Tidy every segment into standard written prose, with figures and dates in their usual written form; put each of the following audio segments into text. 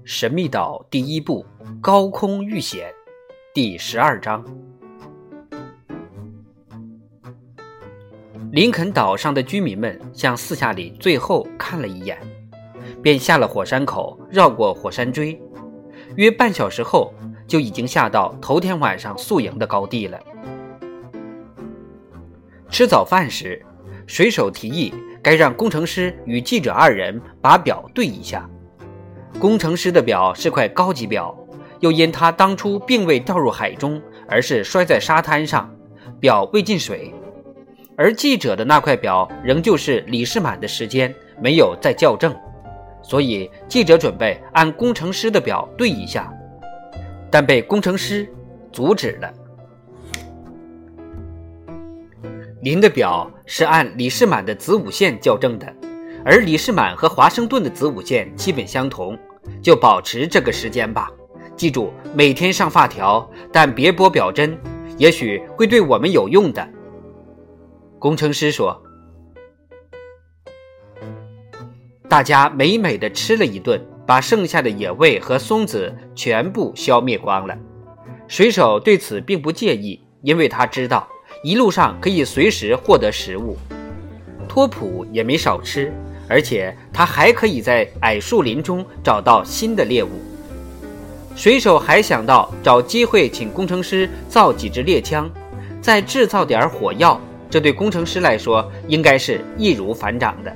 神秘岛第一部高空遇险第12章。林肯岛上的居民们向四下里最后看了一眼，便下了火山口，绕过火山锥，约半小时后就已经下到头天晚上宿营的高地了。吃早饭时，水手提议该让工程师与记者二人把表对一下。工程师的表是块高级表，又因他当初并未掉入海中，而是摔在沙滩上，表未进水。而记者的那块表仍旧是李士满的时间，没有再校正，所以记者准备按工程师的表对一下，但被工程师阻止了。林的表是按李士满的子午线校正的，而李士满和华盛顿的子午线基本相同，就保持这个时间吧。记住，每天上发条，但别拨表针，也许会对我们有用的。工程师说。大家美美地吃了一顿，把剩下的野味和松子全部消灭光了。水手对此并不介意，因为他知道一路上可以随时获得食物。托普也没少吃，而且他还可以在矮树林中找到新的猎物。水手还想到找机会请工程师造几支猎枪，再制造点火药，这对工程师来说应该是易如反掌的。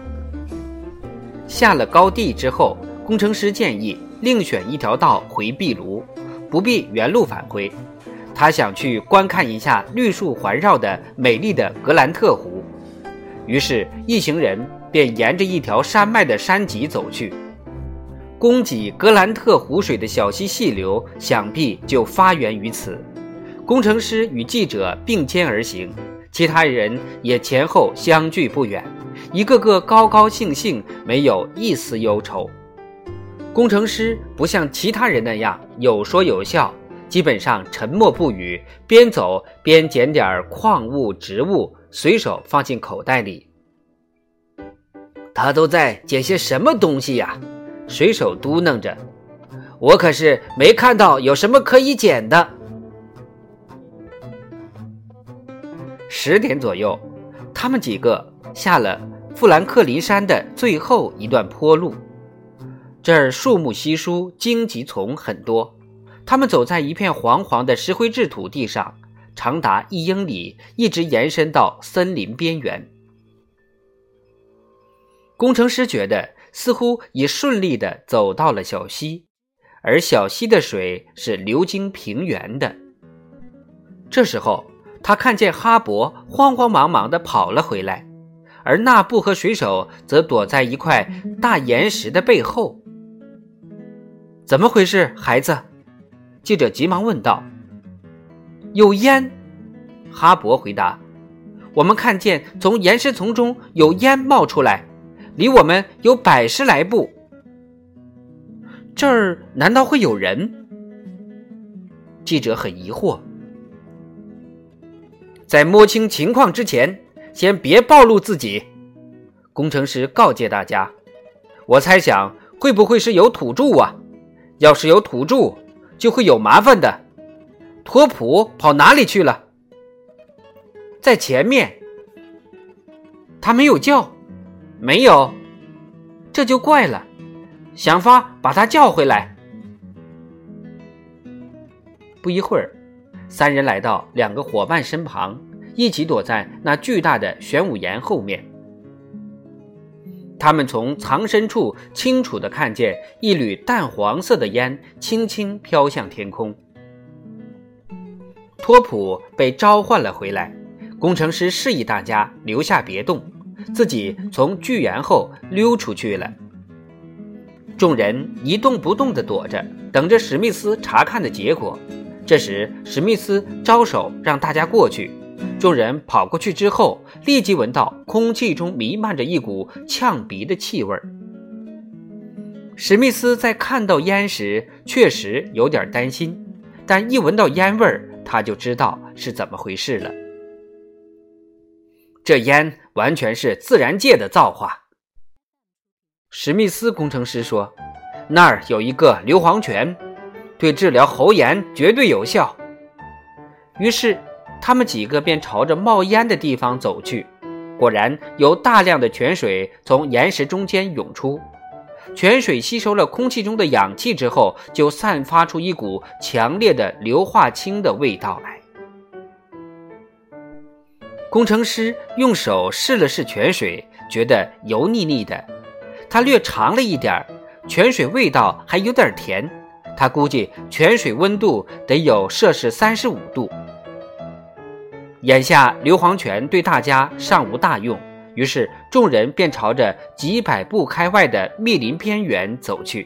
下了高地之后，工程师建议另选一条道回壁炉，不必原路返回。他想去观看一下绿树环绕的美丽的格兰特湖，于是一行人便沿着一条山脉的山脊走去。供给格兰特湖水的小溪细流想必就发源于此。工程师与记者并肩而行，其他人也前后相距不远，一个个高高兴兴，没有一丝忧愁。工程师不像其他人那样有说有笑，基本上沉默不语，边走边捡点矿物植物随手放进口袋里。他都在捡些什么东西呀？水手嘟囔着，我可是没看到有什么可以捡的。10点左右，他们几个下了富兰克林山的最后一段坡路。这儿树木稀疏，荆棘丛很多。他们走在一片黄黄的石灰质土地上，长达1英里，一直延伸到森林边缘。工程师觉得似乎已顺利地走到了小溪，而小溪的水是流经平原的。这时候他看见哈勃慌慌忙忙地跑了回来，而纳布和水手则躲在一块大岩石的背后。怎么回事，孩子？记者急忙问道。有烟，哈勃回答。我们看见从岩石丛中有烟冒出来，离我们有100来步。这儿难道会有人？记者很疑惑。在摸清情况之前，先别暴露自己，工程师告诫大家。我猜想会不会是有土著啊？要是有土著，就会有麻烦的。托普跑哪里去了？在前面。他没有叫？没有。这就怪了，想法把他叫回来。不一会儿，3人来到2个伙伴身旁，一起躲在那巨大的玄武岩后面。他们从藏身处清楚地看见一缕淡黄色的烟轻轻飘向天空。托普被召唤了回来，工程师示意大家留下别动，自己从巨岩后溜出去了。众人一动不动地躲着，等着史密斯查看的结果。这时史密斯招手让大家过去，众人跑过去之后，立即闻到空气中弥漫着一股呛鼻的气味。史密斯在看到烟时确实有点担心，但一闻到烟味他就知道是怎么回事了。这烟完全是自然界的造化。史密斯工程师说， 那儿有一个硫磺泉，对治疗喉炎绝对有效。于是他们几个便朝着冒烟的地方走去，果然有大量的泉水从岩石中间涌出。泉水吸收了空气中的氧气之后，就散发出一股强烈的硫化氢的味道来。工程师用手试了试泉水，觉得油腻腻的，他略尝了一点，泉水味道还有点甜，他估计泉水温度得有摄氏35度。眼下硫磺泉对大家尚无大用，于是众人便朝着几百步开外的密林边缘走去。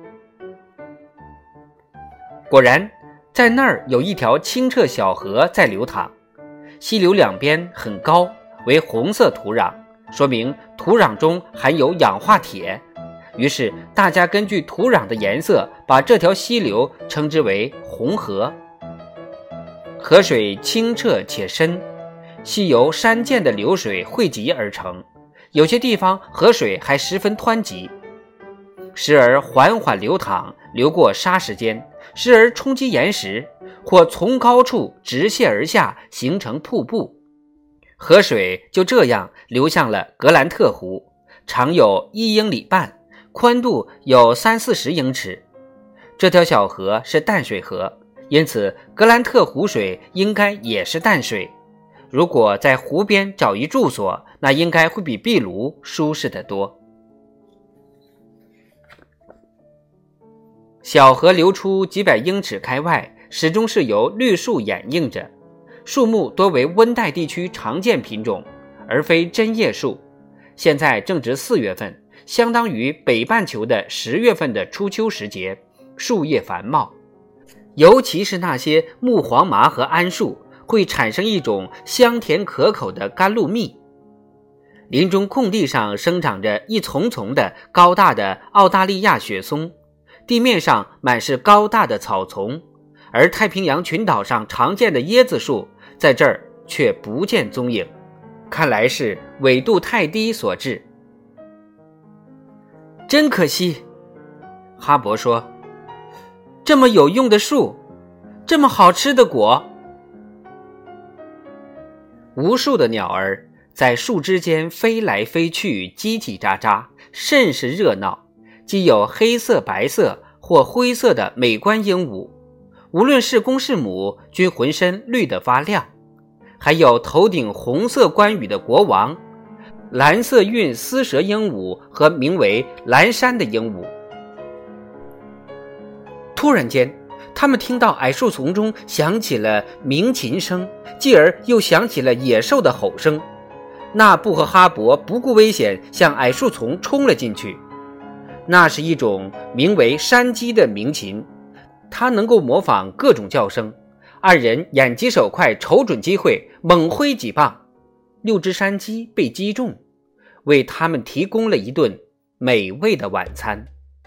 果然，在那儿有一条清澈小河在流淌，溪流两边很高，为红色土壤，说明土壤中含有氧化铁。于是大家根据土壤的颜色，把这条溪流称之为红河。河水清澈且深，系由山涧的流水汇集而成，有些地方河水还十分湍急，时而缓缓流淌，流过沙石间，时而冲击岩石，或从高处直泻而下，形成瀑布。河水就这样流向了格兰特湖，长有1英里半，宽度有30-40英尺。这条小河是淡水河，因此格兰特湖水应该也是淡水。如果在湖边找一住所，那应该会比壁炉舒适得多。小河流出几百英尺开外，始终是由绿树掩映着，树木多为温带地区常见品种，而非针叶树。现在正值4月份，相当于北半球的10月份的初秋时节，树叶繁茂，尤其是那些木黄麻和桉树，会产生一种香甜可口的甘露蜜。林中空地上生长着一丛丛的高大的澳大利亚雪松，地面上满是高大的草丛，而太平洋群岛上常见的椰子树在这儿却不见踪影，看来是纬度太低所致。真可惜，哈勃说，这么有用的树，这么好吃的果。无数的鸟儿在树枝间飞来飞去，叽叽喳喳，甚是热闹。既有黑色、白色或灰色的美观鹦鹉，无论是公是母，均浑身绿得发亮。还有头顶红色冠羽的国王，蓝色韵丝蛇鹦鹉和名为蓝山的鹦鹉。突然间，他们听到矮树丛中响起了鸣琴声，继而又响起了野兽的吼声。纳布和哈勃不顾危险，向矮树丛冲了进去。那是一种名为山鸡的鸣琴，它能够模仿各种叫声。二人眼疾手快，瞅准机会，猛挥几棒，6只山鸡被击中，为他们提供了一顿美味的晚餐。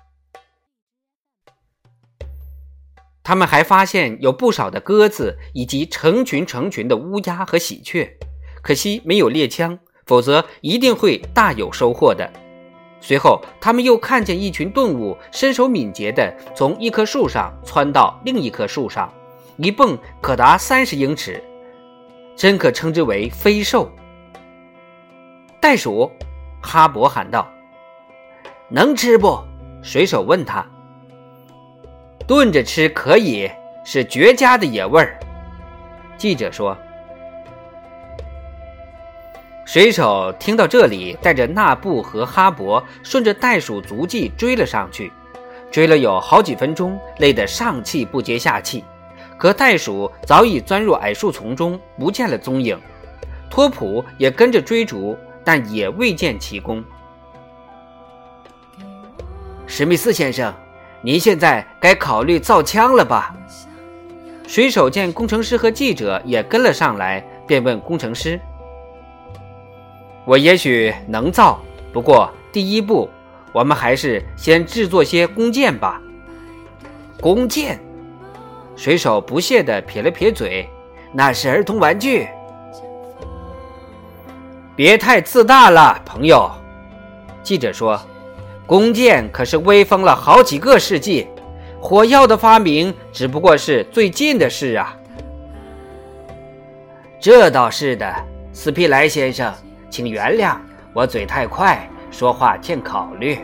他们还发现有不少的鸽子，以及成群成群的乌鸦和喜鹊，可惜没有猎枪，否则一定会大有收获的。随后他们又看见一群动物身手敏捷地从一棵树上窜到另一棵树上，一蹦可达30英尺，真可称之为飞兽。袋鼠，哈勃喊道。能吃不？水手问他。炖着吃可以，是绝佳的野味儿。记者说。水手听到这里，带着纳布和哈勃顺着袋鼠足迹追了上去，追了有好几分钟，累得上气不接下气。可袋鼠早已钻入矮树丛中，不见了踪影。托普也跟着追逐，但也未见其功。史密斯先生，您现在该考虑造枪了吧？水手见工程师和记者也跟了上来，便问工程师，我也许能造，不过第一步我们还是先制作些弓箭吧。弓箭？水手不屑地撇了撇嘴，那是儿童玩具。别太自大了，朋友。记者说， 弓箭可是威风了好几个世纪，火药的发明只不过是最近的事啊。这倒是的，斯皮莱先生，请原谅我嘴太快，说话欠考虑。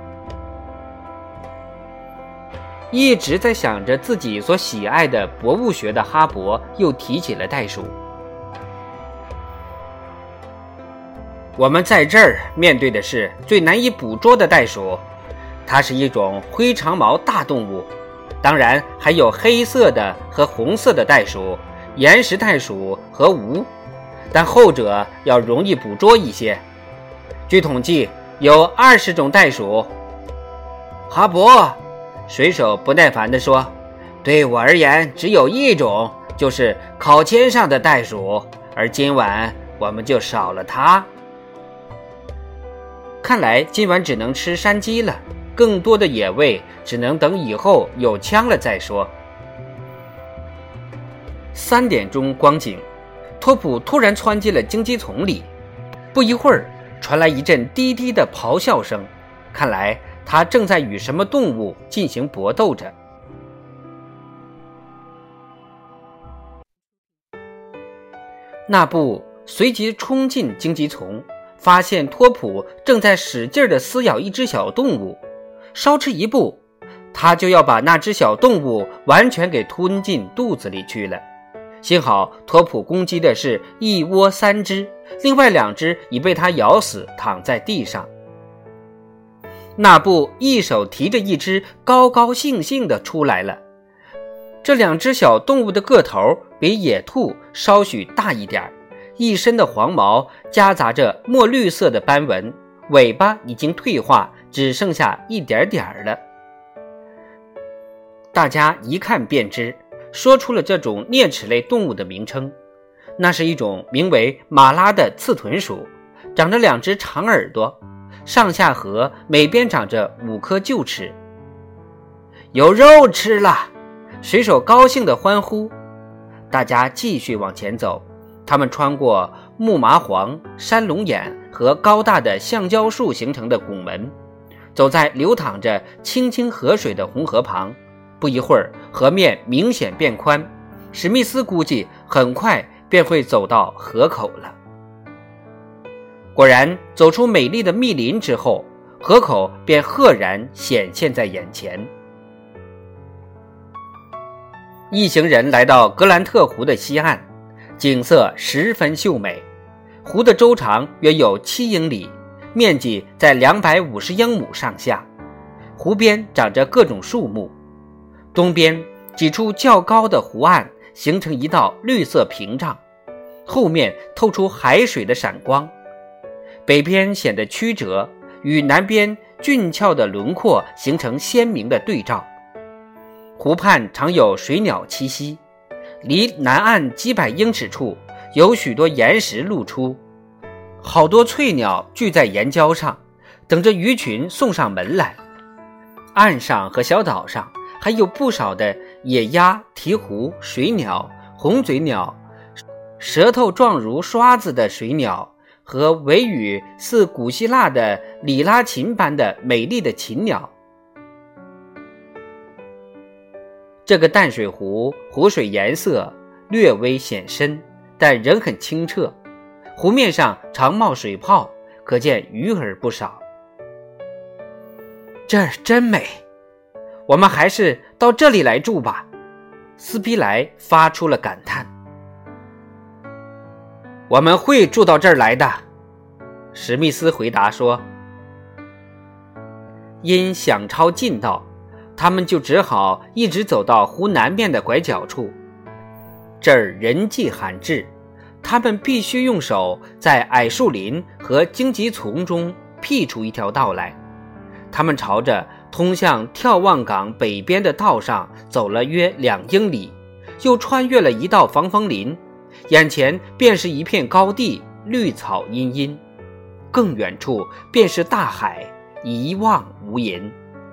一直在想着自己所喜爱的博物学的哈勃又提起了袋鼠。我们在这儿面对的是最难以捕捉的袋鼠，它是一种灰长毛大动物，当然还有黑色的和红色的袋鼠、岩石袋鼠和鼯，但后者要容易捕捉一些。据统计，有20种袋鼠。哈勃，水手不耐烦地说，对我而言只有一种，就是烤签上的袋鼠，而今晚我们就少了它。看来今晚只能吃山鸡了，更多的野味只能等以后有枪了再说。3点钟光景，托普突然窜进了荆棘丛里，不一会儿传来一阵低低的咆哮声，看来他正在与什么动物进行搏斗着。那布随即冲进荆棘丛，发现托普正在使劲地撕咬一只小动物，稍迟一步，他就要把那只小动物完全给吞进肚子里去了。幸好托普攻击的是一窝3只，另外2只已被他咬死，躺在地上。那布一手提着一只，高高兴兴地出来了。这2只小动物的个头比野兔稍许大一点，一身的黄毛夹杂着墨绿色的斑纹，尾巴已经退化，只剩下一点点了。大家一看便知，说出了这种啮齿类动物的名称。那是一种名为马拉的刺豚鼠，长着2只长耳朵，上下颌每边长着5颗臼齿。有肉吃了！水手高兴地欢呼。大家继续往前走，他们穿过木麻黄、山龙眼和高大的橡胶树形成的拱门，走在流淌着清清河水的红河旁。不一会儿，河面明显变宽，史密斯估计很快便会走到河口了。果然，走出美丽的密林之后，河口便赫然显现在眼前。一行人来到格兰特湖的西岸，景色十分秀美。湖的周长约有7英里，面积在250英亩上下。湖边长着各种树木，东边几处较高的湖岸形成一道绿色屏障，后面透出海水的闪光。北边显得曲折，与南边俊俏的轮廓形成鲜明的对照。湖畔常有水鸟栖息，离南岸几百英尺处有许多岩石露出，好多翠鸟聚在岩礁上，等着鱼群送上门来。岸上和小岛上还有不少的野鸭、鹈鹕、水鸟、红嘴鸟、舌头状如刷子的水鸟和尾羽似古希腊的里拉琴般的美丽的禽鸟。这个淡水湖，湖水颜色略微显深，但仍很清澈，湖面上常冒水泡，可见鱼儿不少。这儿真美，我们还是到这里来住吧，斯皮莱发出了感叹。我们会住到这儿来的，史密斯回答说。因想抄近道，他们就只好一直走到湖南面的拐角处。这儿人迹罕至，他们必须用手在矮树林和荆棘丛中辟出一条道来。他们朝着通向眺望港北边的道上走了约2英里，又穿越了一道防风林，眼前便是一片高地，绿草茵茵，更远处便是大海，一望无垠。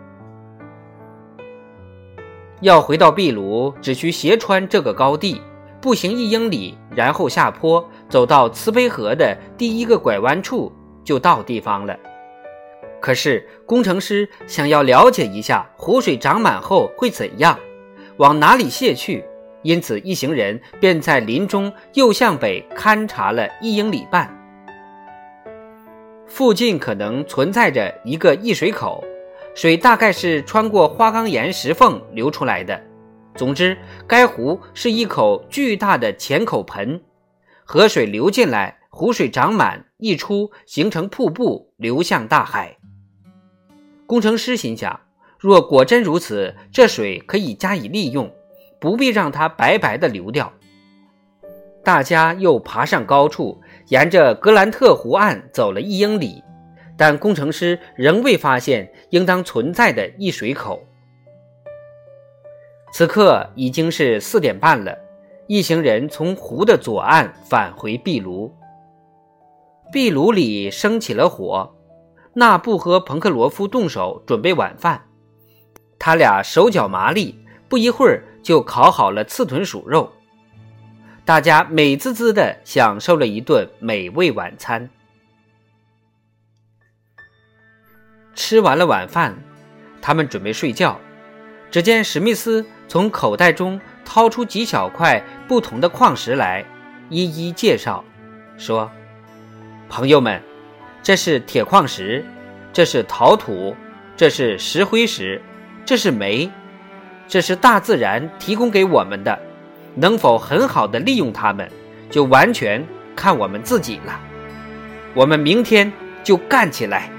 要回到秘鲁，只需斜穿这个高地，步行1英里，然后下坡，走到慈悲河的第一个拐弯处，就到地方了。 可是工程师想要了解一下湖水涨满后会怎样，往哪里泄去，因此一行人便在林中又向北勘察了1英里半。附近可能存在着一个溢水口，水大概是穿过花岗岩石缝流出来的。总之，该湖是一口巨大的浅口盆，河水流进来，湖水涨满溢出，形成瀑布，流向大海。工程师心想，若果真如此，这水可以加以利用，不必让它白白地流掉。大家又爬上高处，沿着格兰特湖岸走了1英里，但工程师仍未发现应当存在的溢水口。此刻已经是4点半了，一行人从湖的左岸返回壁炉。壁炉里升起了火，纳布和彭克罗夫动手准备晚饭，他俩手脚麻利，不一会儿就烤好了刺豚鼠肉。大家美滋滋地享受了一顿美味晚餐。吃完了晚饭，他们准备睡觉，只见史密斯从口袋中掏出几小块不同的矿石来，一一介绍，说：朋友们，这是铁矿石，这是陶土，这是石灰石，这是煤，这是大自然提供给我们的，能否很好地利用它们，就完全看我们自己了。我们明天就干起来。